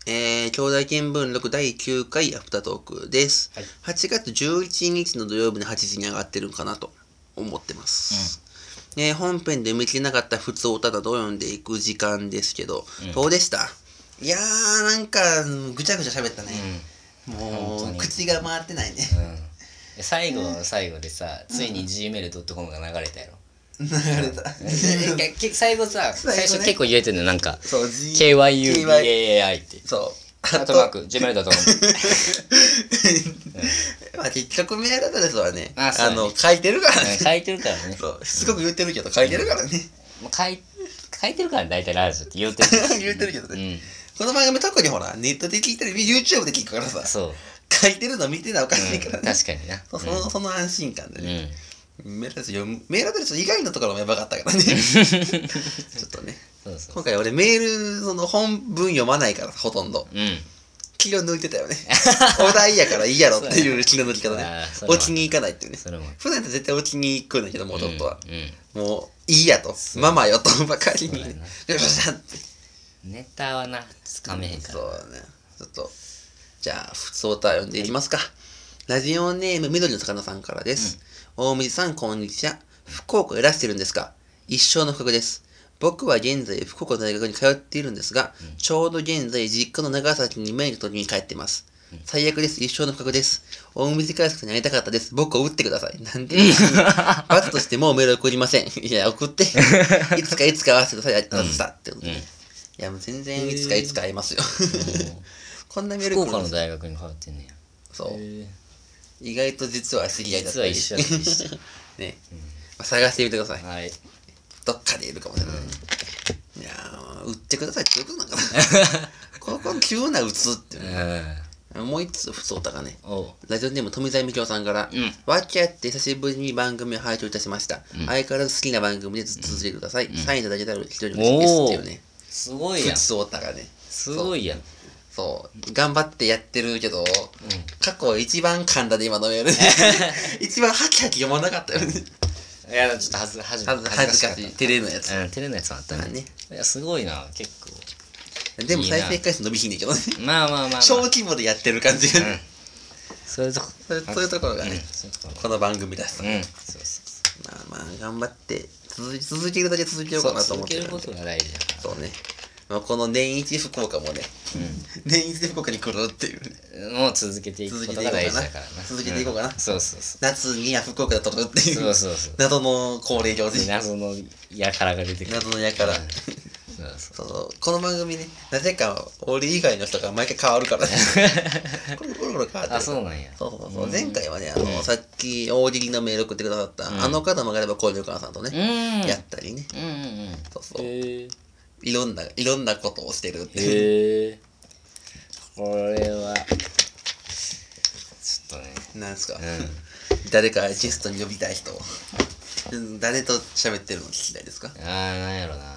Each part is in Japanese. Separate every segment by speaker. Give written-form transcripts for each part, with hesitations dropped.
Speaker 1: 兄弟見聞録第9回アフタートークです。
Speaker 2: はい、
Speaker 1: 8月11日の土曜日の8時に上がってるかなと思ってます。本編で見てなかった普通歌などを読んでいく時間ですけど、どうでした？いやー、なんかぐちゃぐちゃ喋ったね。もう口が回ってないね。
Speaker 2: 最後の最後でさ、ついに gmail.com が流れたやろ。
Speaker 1: 流れた。
Speaker 2: 最後さ、最初結構言えてんの、なんか KYUBAI って。
Speaker 1: そう。
Speaker 2: アットマーク gmail.com
Speaker 1: まあ結局メールアドレスはね、
Speaker 2: そう
Speaker 1: 書いてるからね。
Speaker 2: 書いてるからね。
Speaker 1: そう、しつこく言ってるけど書いてるからね。
Speaker 2: 書いてるから大体ラジオって言うてる。
Speaker 1: 言ってるけどね。この番組特にほら、ネットで聞いたり、YouTube で聞くからさ、
Speaker 2: そう。
Speaker 1: 書いてるの見てなおかしいからね。
Speaker 2: 確かにな。
Speaker 1: その安心感でね。メールアドレス以外のところもやばかったからね。ちょっとね。今回俺メール、本文読まないから、ほとんど。気を抜いてたよね。お題やからいいやろっていう気の抜き方ね。落ちに行かないっていうね。普段って絶対落ちに行くんだけど、もうちょっとは。もう、いいやと。ママよとばかりに。よっしゃって。
Speaker 2: ネタはな、つかめへんから。
Speaker 1: そうだね。ちょっと、じゃあ、普通歌読んでいきますか。ラジオネーム、緑の魚さんからです。大水さん、こんにちは。福岡いらしてるんですか？一生の不覚です。僕は現在、福岡の大学に通っているんですが、ちょうど現在、実家の長崎に免許取りに帰ってます。最悪です。一生の不覚です。大水海賊に会いたかったです。僕を撃ってください。なんで罰としてもうメール送りません。いや、送って。いつか会わせてください。あさってことね。いや、もう全然いつか会いますよ。こんなメール
Speaker 2: 福岡の大学に通ってんねや。
Speaker 1: そう。意外と実は知り合いだったり
Speaker 2: 実は一緒だ
Speaker 1: ね。探してみてください。
Speaker 2: はい。
Speaker 1: どっかでいるかもしれない。いやー、売ってくださいって言うことなんかな。この急な打つっていうね。もう一つ、ふつおたがね。ラジオネーム富澤美京さんから、わっきあって久しぶりに番組を拝聴いたしました。相変わらず好きな番組でずっと続けてください。サインいただけたら一人嬉しいですっていうね。
Speaker 2: すごいやん。
Speaker 1: ふつおたがね。
Speaker 2: すごいやん。
Speaker 1: そう。頑張ってやってるけど、過去一番噛んだで今のメール。一番ハキハキ読まなかったよね。
Speaker 2: いや、ちょっと恥ずかしい。
Speaker 1: 照れのやつ。
Speaker 2: 照れのやつもあったね。いや、すごいな、結構。
Speaker 1: でも再生回数伸びひんねんけどね。
Speaker 2: まあ。
Speaker 1: 小規模でやってる感じがね。
Speaker 2: そういうと
Speaker 1: ころがね、この番組だしさ。まあ、頑張って、続けるだけ続けようかなと思ってる。
Speaker 2: 続けることが大事だから。
Speaker 1: そうね。この年一福岡もね、年一で福岡に来るっていう。
Speaker 2: もう続けていくことが大事だからな。
Speaker 1: 続けていこうかな。
Speaker 2: そう。
Speaker 1: 夏には福岡で撮るっていう。
Speaker 2: そう。
Speaker 1: 謎の恒例行事。
Speaker 2: 謎の輩が出てくる。
Speaker 1: 謎の輩。この番組ね、なぜか俺以外の人が毎回変わるからね。これコロ変わってる。
Speaker 2: あ、そうなんや。
Speaker 1: そう。前回はね、さっき大喜利のメール送ってくださったあの方もがれば小出川さんとね、やったりね。そう。いろんなことをしてるっていう。
Speaker 2: これはちょっとね。
Speaker 1: なんすか。誰かゲストに呼びたい人。誰と喋ってるの聞きたいですか？
Speaker 2: なんやろな。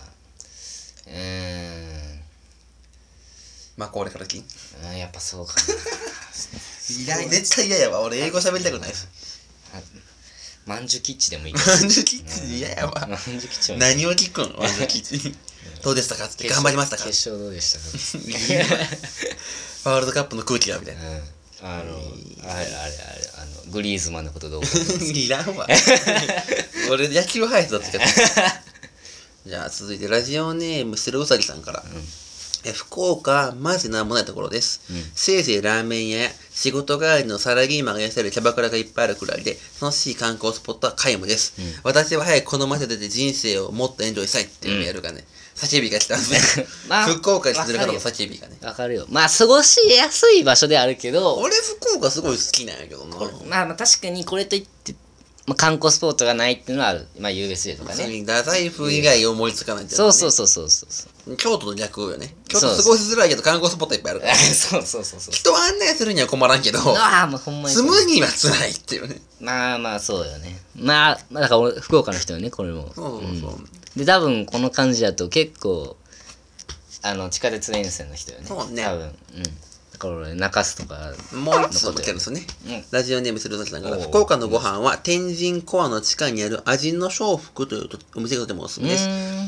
Speaker 1: まあこれから金？
Speaker 2: やっぱそうか
Speaker 1: な。絶対嫌やわ。俺英語喋りたくないし。
Speaker 2: まんじゅキッチでもいい。
Speaker 1: まんじゅキッチ嫌やわ。何を聞くん？まんじゅキッチ。どうでしたかって。頑張りましたか？
Speaker 2: 決勝どうでしたか？
Speaker 1: ワールドカップの空気がみたいな。
Speaker 2: あれグリーズマンのことどうか
Speaker 1: いらんわ。俺野球配信だったけど。じゃあ続いてラジオネーム白うさぎさんから。福岡、マジなんもないところです。せいぜいラーメン屋や仕事帰りのサラリーマンがいらっしゃるキャバクラがいっぱいあるくらいで、楽しい観光スポットは皆無です。私は早くこの街で出て人生をもっとエンジョイしたいっていうメールがね、叫びが来たんですね。福岡に住んでる方の叫びがね。
Speaker 2: わかるよ。まあ、過ごしやすい場所であるけど、
Speaker 1: 俺福岡すごい好きなんやけどな。
Speaker 2: まあ確かにこれといって、観光スポットがないっていうのはある。まあ USJ とかね。
Speaker 1: 太宰府以外思いつかないって
Speaker 2: そう。
Speaker 1: 京都の逆よね。京都過ごしづらいけど観光スポットいっぱいあるから。
Speaker 2: そう。
Speaker 1: 人を案内するには困らんけど、
Speaker 2: もうほんまに
Speaker 1: 住むには辛いっていうね。
Speaker 2: まあそうよね。まあだから福岡の人はね、これも。
Speaker 1: そう。
Speaker 2: で、多分この感じだと結構、地下鉄沿線の人よね。
Speaker 1: そうね。
Speaker 2: 多分。だから俺、中洲とか。
Speaker 1: もう一つも来てるんですよね。ラジオネームするときさんから、福岡のご飯は天神コアの地下にある味の笑福というお店がとてもおすすめです。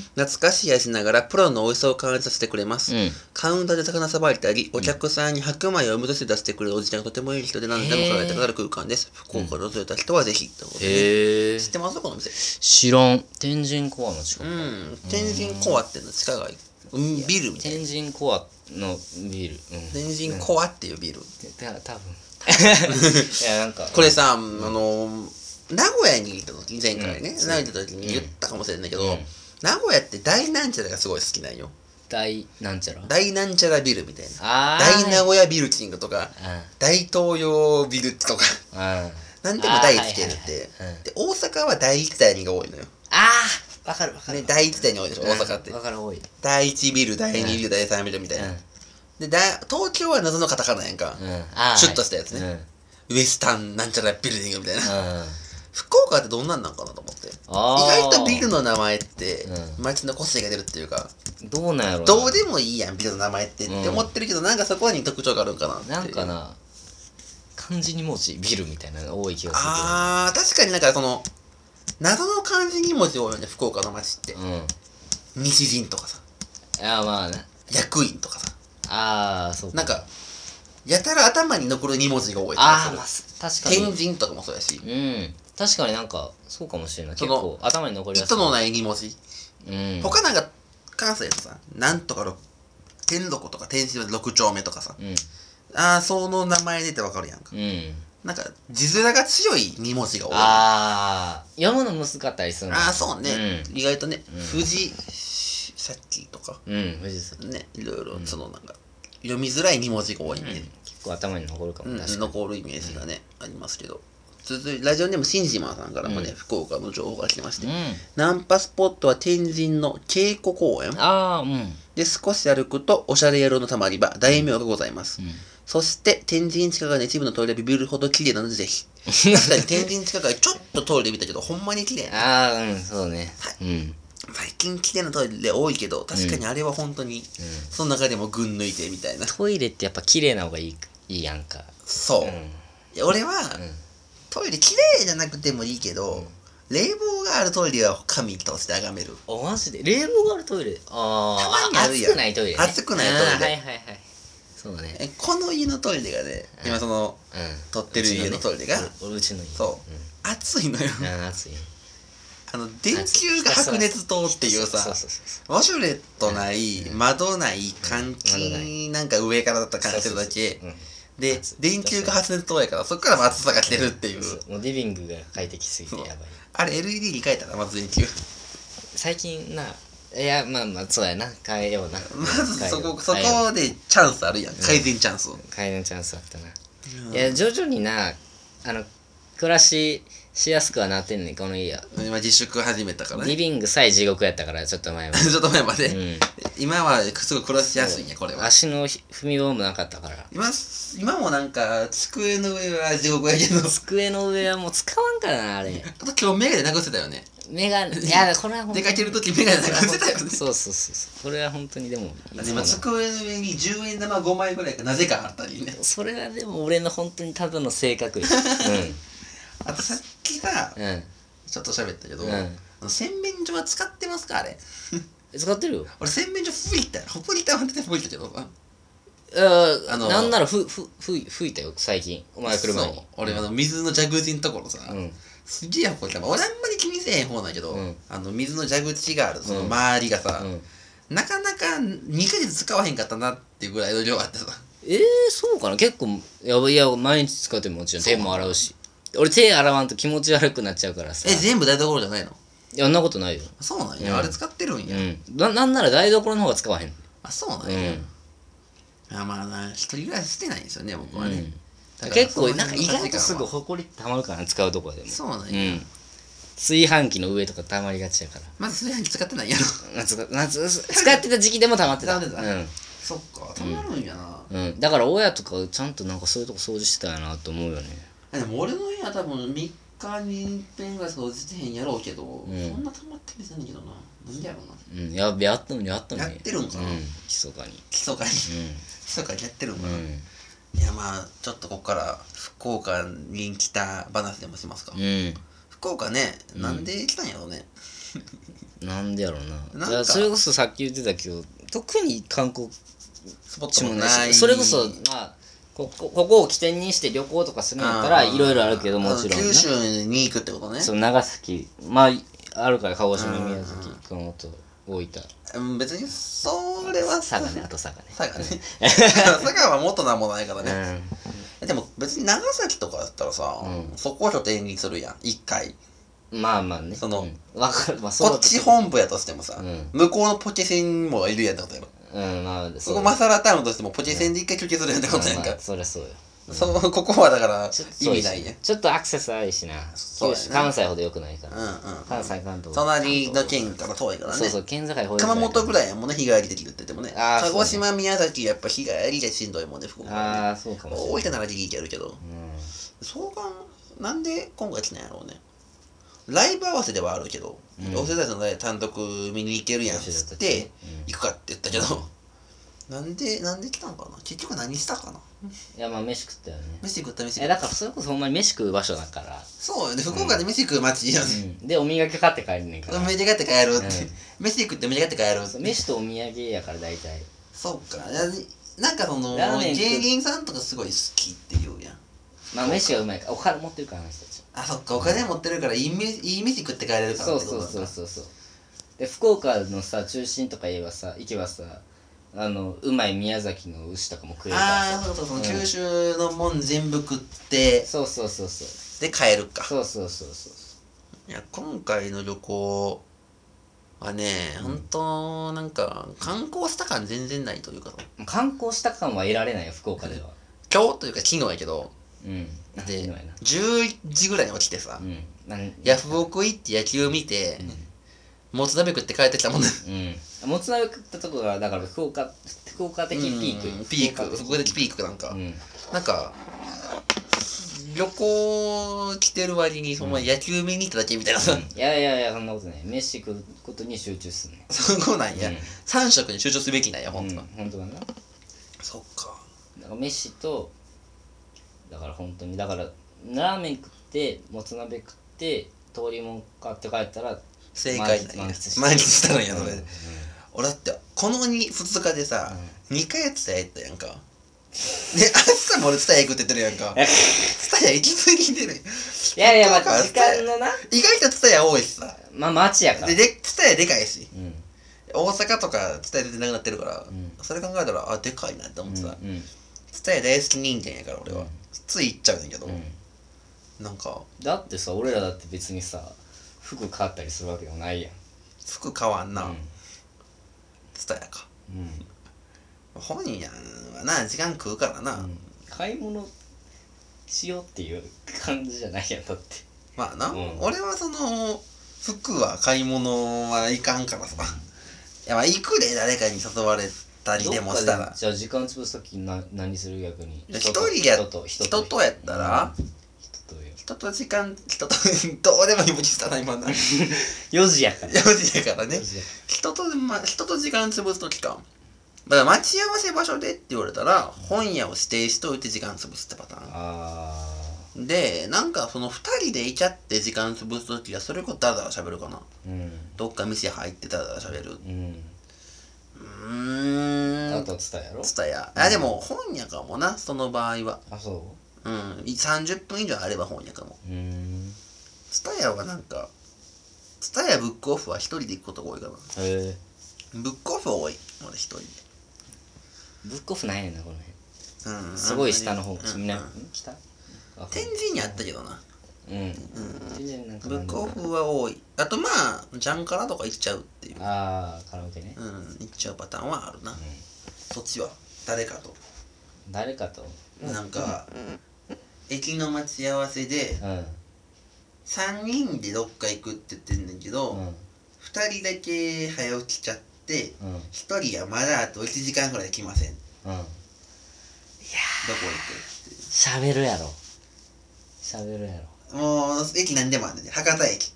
Speaker 1: 懐かしい味しながらプロの美味しさを感じさせてくれます。カウンターで魚さばいたり、お客さんに白米をおむとして出してくれるおじちゃんがとてもいい人で何でも考えてくれる空間です。福岡で訪れた人はぜひ。知ってますこの店。
Speaker 2: 知らん。天神コアの近く。
Speaker 1: 天神コアっての地下街。ビルみたいな。
Speaker 2: 天神コアのビル。
Speaker 1: 天神コアっていうビル。
Speaker 2: 多分。いや、なんか。
Speaker 1: これさ、名古屋に行った時、前回ね、名古屋に行った時に言ったかもしれないけど、名古屋って大なんちゃらがすごい好きなんよ。
Speaker 2: 大なんちゃら
Speaker 1: 大なんちゃらビルみたいな。大名古屋ビルキングとか、大東洋ビルとか、なんでも大つけるって。で、大阪は第一第二が多いのよ。
Speaker 2: わかる。
Speaker 1: 第一第二多いでしょ、大阪って。
Speaker 2: わかる、多い。
Speaker 1: 第一ビル、第二ビル、第三ビルみたいな。で、東京は謎のカタカナやんか。シュッとしたやつね。ウエスタンなんちゃらビルディングみたいな。福岡ってどんなんなんかなと思って。意外とビルの名前って街の個性が出るっていうか、
Speaker 2: どうなんやろな。
Speaker 1: どうでもいいやんビルの名前ってって思ってるけど、なんかそこに特徴があるんかなって。
Speaker 2: なんかな、漢字2文字ビルみたいなのが多い気がするけど。
Speaker 1: 確かになんかその謎の漢字2文字多いよね、福岡の街って。西陣とかさ、
Speaker 2: まあね、
Speaker 1: 役員とかさ、
Speaker 2: そうか。
Speaker 1: なんかやたら頭に残る2文字が多い気がする。確かに天神とかもそうやし。
Speaker 2: 確かになんかそうかもしれない。結構頭に残りやすい。
Speaker 1: 糸のない2文字。他なんか関西だとさ、なんとか天禄とか天神6丁目とかさ、その名前出てわかるやんか。なんか字面が強い2文字が多い。
Speaker 2: 読むの難かったりするの。
Speaker 1: そうね。意外とね、藤崎とか
Speaker 2: 藤崎
Speaker 1: ね、いろいろそのなんか読みづらい2文字が多いね。
Speaker 2: 結構頭に残るかも。
Speaker 1: 残るイメージがねありますけど。続いてラジオネームしんじまさんからもね、福岡の情報が来てまして、ナンパスポットは天神の稽古公園で、少し歩くとおしゃれ野郎のたまり場大名がございます。そして天神地下街の一部のトイレビビるほど綺麗なのでぜひ。確かに天神地下街ちょっとトイレ見たけどほんまに綺麗。
Speaker 2: そうね。
Speaker 1: 最近綺麗なトイレ多いけど、確かにあれは本当にその中でも群抜いてみたいな。
Speaker 2: トイレってやっぱ綺麗な方がいいやんか。
Speaker 1: そう。俺はトイレ綺麗じゃなくてもいいけど、冷房があるトイレは神として崇める。
Speaker 2: マジで冷房があるトイレ。たまにあるやん。暑くないトイレ。
Speaker 1: 暑くないトイレ。
Speaker 2: そうだね。
Speaker 1: この家のトイレがね、今その撮ってる家のトイレが、
Speaker 2: うちの家。
Speaker 1: そう。暑いのよ。
Speaker 2: 暑い。
Speaker 1: 電球が白熱灯っていうさ、ウォシュレットない、窓ない、換気なんか上からだったら感じてるだけ。で、電球が発熱灯やから、そっからも暑さが来てるっていう。
Speaker 2: もうリビングが快適すぎてやばい。
Speaker 1: あれ LED に変えたら、まず電球。
Speaker 2: 最近な、いや、まあそうやな、変えような。
Speaker 1: まずそこでチャンスあるやん。改善チャンス。
Speaker 2: 改善チャンスあったな。いや、徐々にな、暮らしやすくはなってんねん、この家は。
Speaker 1: 今自粛始めたからね。
Speaker 2: リビングさえ地獄やったから、ちょっと前まで。
Speaker 1: ちょっと前まで。今はすごい暮らしやすいんや、これは。
Speaker 2: 足の踏み場もなかったから。
Speaker 1: 今もなんか、机の上は地獄やけど。
Speaker 2: 机の上はもう使わんからな、あれ。
Speaker 1: あと今日メガネなくしてたよね。
Speaker 2: いや、これは
Speaker 1: 本当に。出かけるときメガネなくしてたよね。
Speaker 2: そう。これは本当にでも。
Speaker 1: 今、机の上に10円玉5枚ぐらいかなぜかあったりね。
Speaker 2: それはでも俺の本当にただの性格よ。
Speaker 1: あとさっきさ、ちょっと喋ったけど、洗面所は使ってますかあれ。
Speaker 2: 使ってるよ。
Speaker 1: 俺洗面所拭いた。ほこりたまってて拭いたけどさ。
Speaker 2: なんなら拭いたよ、最近。お前来る前に。
Speaker 1: 俺水の蛇口のところさ、すげえほこりたま。俺あんまり気にせえへん方なんやけど、水の蛇口がある、その周りがさ、なかなか2ヶ月使わへんかったなっていうぐらいの量あってさ。
Speaker 2: そうかな結構、いや、毎日使ってももちろん手も洗うし。俺手洗わんと気持ち悪くなっちゃうからさ。
Speaker 1: 全部台所じゃないの？
Speaker 2: いや、そんなことないよ。
Speaker 1: そうなんや。あれ使ってるんや。
Speaker 2: なんなら台所の方が使わへん。
Speaker 1: そうなんや。まあな、一人暮らししてないんですよね、僕はね。
Speaker 2: 結構、なんか意外とすぐほこりたまるから使うとこでも。
Speaker 1: そうなんや。
Speaker 2: 炊飯器の上とかたまりがちやから。
Speaker 1: まず炊飯器使ってないやろ。
Speaker 2: 使ってた時期でもたまってた。
Speaker 1: そっか、たまるんやな。
Speaker 2: だから親とかちゃんとなんかそういうとこ掃除してたんやなと思うよね。
Speaker 1: でも俺の家は多分3日に1遍ぐらい掃除してへんやろうけど、そんなたまってるじゃんけどな。なんでやろうな。
Speaker 2: やったのに。
Speaker 1: やってるんかな。
Speaker 2: 密かに。
Speaker 1: 密かにやってるんかな。いやまあ、ちょっとここから福岡に来た話でもしますか。福岡ね、なんで来たんやろうね。
Speaker 2: なんでやろうな。
Speaker 1: なんか
Speaker 2: いやそれこそさっき言ってたけど、特に観光
Speaker 1: スポッ
Speaker 2: 地もな
Speaker 1: トもないい
Speaker 2: し、それこそまあここを起点にして旅行とかするんやったらいろいろあるけど、もちろんな
Speaker 1: 九州に行くってことね。
Speaker 2: そう長崎まああるから、鹿児島、宮崎、熊本、大分、
Speaker 1: 別にそれは
Speaker 2: 佐賀ね、あと佐賀ね。
Speaker 1: 佐賀ね佐賀は元なんもないからね、
Speaker 2: う
Speaker 1: でも別に長崎とかだったらさ、そこを拠点にするやん一回。
Speaker 2: ん、まあまあね。
Speaker 1: その
Speaker 2: わかる。まあそう
Speaker 1: こっち本部やとしてもさ、向こうのポケセンもいるやんってことやろ。
Speaker 2: まあ
Speaker 1: そこマサラタウンとしてもポケセンで一回休憩するやんってことやんか。
Speaker 2: そりゃそうよ。
Speaker 1: ここはだから意味ないやん。
Speaker 2: ちょっとアクセスあるしな。
Speaker 1: そうやね
Speaker 2: 関西ほど良くないから。関西関東。
Speaker 1: 隣の県から遠いからね。
Speaker 2: そうそう、県境ほど。
Speaker 1: 熊本ぐらいやもんね、日帰りできるって言ってもね。
Speaker 2: あー
Speaker 1: 鹿児島、宮崎やっぱ日帰りでしんどいもんね、福岡はね。
Speaker 2: ああ、そうかもしれない。
Speaker 1: 大分ならギリ行けるけど。そうかなんで今回来たんやろうね。ライブ合わせではあるけど、お世代の単独見に行けるやんっつって行くかって言ったけど、なんで来たんかな。結局何したかな。
Speaker 2: いやまあ飯食ったよね。
Speaker 1: 飯食った飯食った。
Speaker 2: だからそれこそほんまに飯食う場所だから。
Speaker 1: そうよね、福岡で飯食う街やね。
Speaker 2: でお土産買って帰るねんから。
Speaker 1: お土産買って帰るって。飯食ってお土産買って帰るって。
Speaker 2: 飯とお土産やから大体。
Speaker 1: そうか。なんかその芸人さんとかすごい好きって言うやん。
Speaker 2: まあ飯がうまいから、お金持ってるからあの人たち。
Speaker 1: あ、そっか、お金持ってるからいい飯食って帰れるからってことだから。
Speaker 2: そうで福岡のさ中心とか行けばさうまい宮崎の牛とかも食えるから
Speaker 1: ああ、そう九州のもん全部食って
Speaker 2: そう
Speaker 1: で帰るか。
Speaker 2: そう
Speaker 1: いや今回の旅行はね、ほんとなんか観光した感全然ないというか、
Speaker 2: 観光した感は得られないよ福岡では。
Speaker 1: 今日というか昨日やけど、で11時ぐらいに起きてさ、ヤフオク行って野球見て、もつ鍋食って帰ってきたもんね。
Speaker 2: もつ鍋食ったとこがだから福岡的ピーク
Speaker 1: 福岡的ピークなんか、なんか旅行来てる割にその野球見に行っただけみたいなさ、
Speaker 2: いやそんなことない。飯食うことに集中すんねん。
Speaker 1: そこなんや、3食に集中すべきなんやほんとは。
Speaker 2: ほんとだな。
Speaker 1: そっか。
Speaker 2: だから飯とだから本当にだからラーメン食ってもつ鍋食って通りもん買って帰ったら
Speaker 1: 正解なんや。満喫したのやそれ。俺だってこの2日でさ、2回やってたやったやんか。で朝も俺ツタヤ行くって言ってるやんか。ツタヤ行き過ぎてる。
Speaker 2: いやまあ時間のな
Speaker 1: 意外とツタヤ多いしさ。
Speaker 2: まあ街やから
Speaker 1: でツタヤでかいし、大阪とかツタヤ出てなくなってるから、それ考えたらでかいなって思ってさ、ツタヤ大好き人間やから俺は、つい行っちゃうんやけど、なんか
Speaker 2: だってさ俺らだって別にさ服買ったりするわけでもないやん。
Speaker 1: 服買わんな、ツタヤか。本屋はな時間食うからな、
Speaker 2: 買い物しようっていう感じじゃないやんだって。
Speaker 1: まあな、俺はその服は買い物はいかんからさ、いやまあ行くで誰かに誘われたりでもしたら。
Speaker 2: じゃあ時間潰すとき何する逆に。
Speaker 1: 人とやったら、人と時間どうでもいいもしたな今な。
Speaker 2: 4時やから
Speaker 1: 4時やからね。人と時間潰すときか。だから待ち合わせ場所でって言われたら本屋を指定しといて時間潰すってパターンで、なんかその2人でいちゃって時間潰すときはそれこそダラダラ喋るかな、どっか店入ってダラダラ喋る。
Speaker 2: あとツタヤろ。
Speaker 1: ツタヤ。あ、でも本屋かもなその場合は。
Speaker 2: あ、そう。
Speaker 1: 30分以上あれば本屋かも。ツタヤはなんかツタヤブックオフは一人で行くことが多いかな。
Speaker 2: へえ。
Speaker 1: ブックオフ多い俺一人で。
Speaker 2: ブックオフないねんなこの辺。すごい下の方。北？
Speaker 1: 天神にあったけどな。
Speaker 2: ブ
Speaker 1: ックオフは多い。あとまあジャンカラとか行っちゃうっていう。
Speaker 2: ああカラオケね。
Speaker 1: 行っちゃうパターンはあるな。そっちは誰かとなんか駅の待ち合わせで3人でどっか行くって言ってんだけど、2人だけ早起きちゃって1人はまだあと1時間ぐらい来ません。いやどこ行くって
Speaker 2: 喋るやろ。
Speaker 1: もう駅なんでもあるね。博多駅。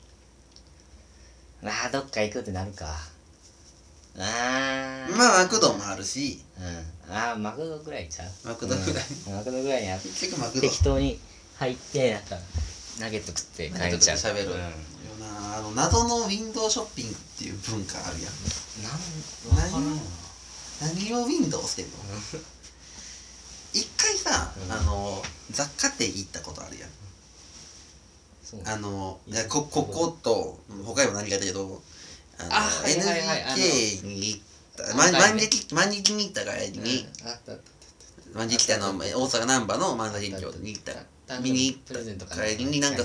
Speaker 2: どっか行くってなるか。
Speaker 1: まあマクドもあるし。
Speaker 2: マクドぐらいちゃう。
Speaker 1: マクドぐらい
Speaker 2: にあって適当に入ってなんかナゲット食って帰っちゃう。
Speaker 1: 喋る。 な、謎のウィンドウショッピングっていう文化あるやん。
Speaker 2: わからんな。
Speaker 1: 何をウィンドウしてんの一回さ、雑貨店行ったことあるやん。
Speaker 2: そう
Speaker 1: ここと他にも何かだけど、NGK に行った万劇に行った帰りに、万劇って大阪難波の漫才劇場に行った見に行った帰りになんか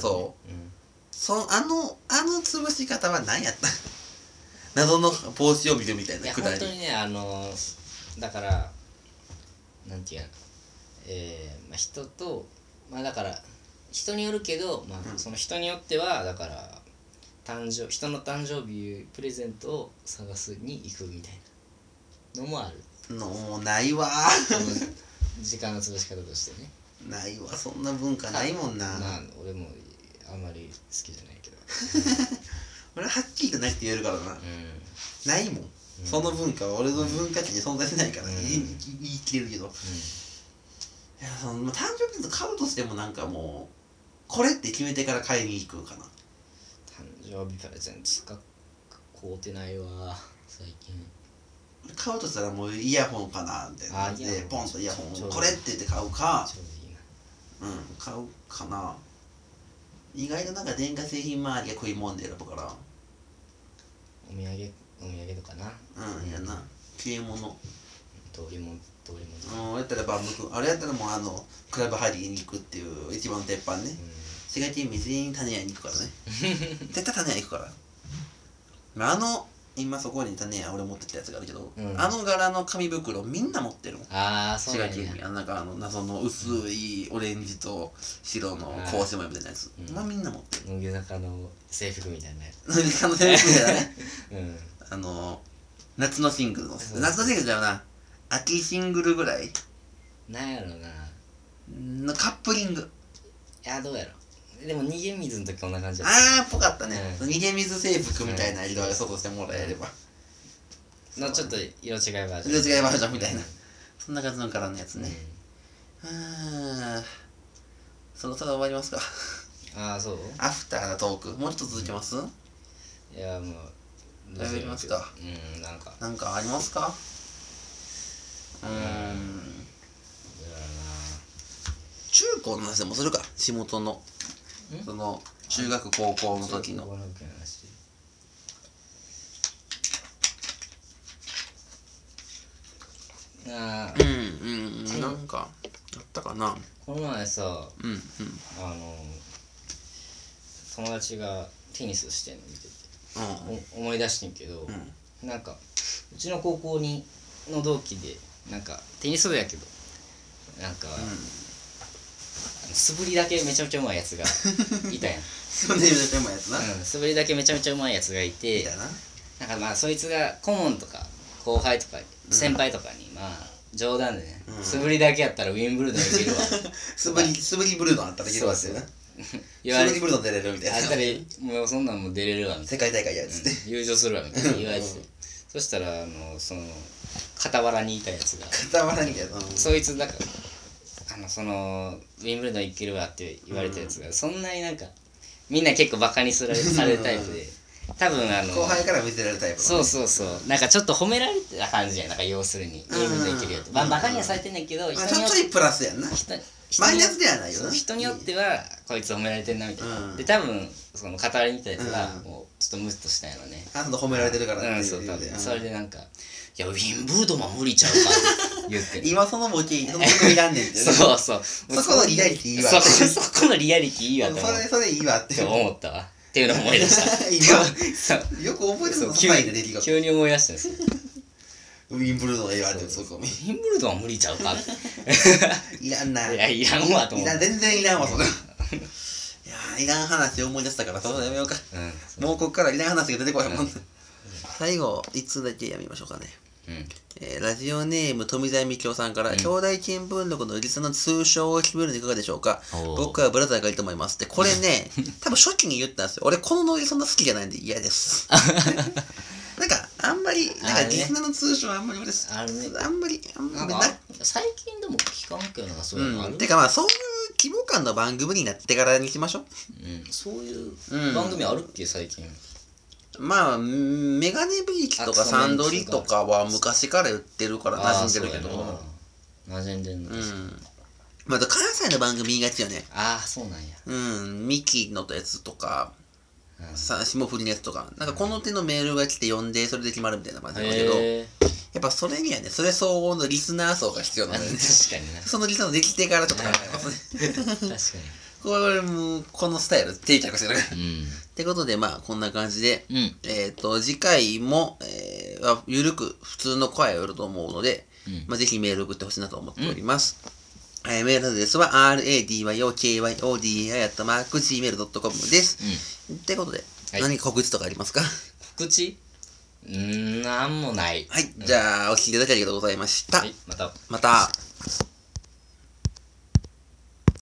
Speaker 1: 潰し方は何やった謎の帽子を見るみたいなくだり。
Speaker 2: 本当にね、だからなんていうの、人とだから人によるけど、その人によってはだから人の誕生日プレゼントを探すに行くみたいなのもある。
Speaker 1: もうないわ
Speaker 2: 時間の潰し方としてね。
Speaker 1: ないわ、そんな文化ないもんな。
Speaker 2: 俺もあんまり好きじゃないけど
Speaker 1: 俺ははっきりとないって言えるからな、ないもん、その文化は俺の文化圏に存在しないから言い切れるけど、いや誕生日プレゼント買うとしてもなんかもうこれって決めてから買いに行くかな。
Speaker 2: 誕生日プレゼント買うてないわ最近。
Speaker 1: 買うとしたらもうイヤホンかなみたいな感じでポンとイヤホンこれって言って買うか、買うかな。意外となんか電化製品周りが食いもんで選ぶから、
Speaker 2: お土産とかな。
Speaker 1: やな、消え物
Speaker 2: 通りも
Speaker 1: やったらバンムクあれやったらもうクラブハリーに行くっていう一番の鉄板ね。市街地に全員種屋に行くからね絶対種屋行くから。今そこに種屋俺持ってきたやつがあるけど、柄の紙袋みんな持ってるもん。
Speaker 2: そうなんや。
Speaker 1: 市街地になんか謎の薄いオレンジと白の格子模様みたいなやつ、みんな持ってる。
Speaker 2: 乃木坂の制服みたいなやつ。
Speaker 1: 乃木坂の制服みたいなね夏のシングルの夏のシングルだよな、秋シングルぐらい
Speaker 2: なんやろ
Speaker 1: のカップリング。
Speaker 2: いやどうやろ。でも逃げ水の時こんな感じだっ
Speaker 1: っぽかったね、逃げ水制服みたいな色合い外してもらえれば、
Speaker 2: のちょっと色違いバージョン。
Speaker 1: 色違いバージョンみたいな、そんな感じの柄のやつね。そろそろ終わりますか。
Speaker 2: そう
Speaker 1: アフターのトークもうちょっと続けます？
Speaker 2: いやもう
Speaker 1: やりますか。なんかありますか？中高の話でもするか。仕事のその中学高校の時のなんかあったかな。
Speaker 2: この前さ、友達がテニスしてんの見てて、思い出してんけど、なんかうちの高校の同期でなんかテニス部やけどなんか、素振りだけめちゃめちゃうまいやつがいたやん。
Speaker 1: 素振りだけめちゃめちゃうまいやつな。
Speaker 2: 素振りだけめちゃめちゃうまいやつがいて、なんかそいつが顧問とか後輩とか先輩とかに冗談でね、素振りだけやったらウィンブルドンいけるわ。
Speaker 1: 素振りブルドンあったらいけるわってね。素振りブルドン出れるみたいな。
Speaker 2: あったりもうそんなんも出れるわみたいな。
Speaker 1: 世界大会やつって
Speaker 2: 優勝するわみたいな言われてて、そしたらその傍らにいたやつがそいつだからそのウィンブルドンいけるわって言われたやつがそんなになんかみんな結構バカにされるタイプで、多分
Speaker 1: 後輩から見せられるタイプ。
Speaker 2: そうなんかちょっと褒められてた感じやん。なんか要するにウィンブルドンいけるよってバカにはされてんねんけど、
Speaker 1: ちょいプラスやんな。マイナスではないよな。
Speaker 2: 人によってはこいつ褒められてんなみたいな。で多分その傍らにいたやつがもうちょっとムッとしたんやろね。
Speaker 1: 褒められてるからって
Speaker 2: そう多分それでなんかいやウィンブルドンは無理ちゃうかって言って
Speaker 1: 今そのボケいらんねんって
Speaker 2: そう
Speaker 1: そこのリアリティいいわ
Speaker 2: そこのリアリティいいわって
Speaker 1: それいいわって
Speaker 2: 思ったわっていうのを思い出した
Speaker 1: よく覚えてるの。
Speaker 2: 急に思い出したんですよ。
Speaker 1: ウィンブルドンええわってそこ
Speaker 2: ウィンブルドンは無理ちゃうかって
Speaker 1: いらんな。
Speaker 2: いやいらんわと思って
Speaker 1: 全然いらんわそれ。いやいらん話思い出したからそうやめようか。もうこっからいらん話が出てこないもん。最後1通だけやめましょうかね。ラジオネーム富澤美京さんから、兄弟見聞録のリスナーの通称を決めるのいかがでしょうか。僕はブラザーがいいと思いますって。これね多分初期に言ったんですよ。俺このノリそんな好きじゃないんで嫌ですなんかあんまりリスナーの通称あんまり俺あんまり
Speaker 2: 最近でも聞かんけどなそういうのある。
Speaker 1: てかそういう規模間の番組になってからにしましょう。
Speaker 2: そういう番組あるっけ最近。
Speaker 1: まあメガネビーチとかサンドリとかは昔から言ってるから馴染んでるけど、
Speaker 2: 馴染んでんの。
Speaker 1: また関西の番組言いがちよね。
Speaker 2: そうなんや。
Speaker 1: ミキのやつとか霜降りのやつとか、なんかこの手のメールが来て読んでそれで決まるみたいな感じだけど、やっぱそれにはね、それ相応のリスナー層が必要なのでね。
Speaker 2: 確かにな。
Speaker 1: そのリスナー層できてからちょっと考えますね。
Speaker 2: 確かに。
Speaker 1: これもこのスタイル定着してるから。ってことでまあこんな感じで、次回も、ゆるく普通の声をやると思うので、ぜひメール送ってほしいなと思っております。メールアドレスは radyokyode@gmail.com です。ってことで、何か告知とかありますか？
Speaker 2: 告知？なんもない。
Speaker 1: はい、じゃあお聞きいただきありがとうございました。
Speaker 2: はい、また。
Speaker 1: また。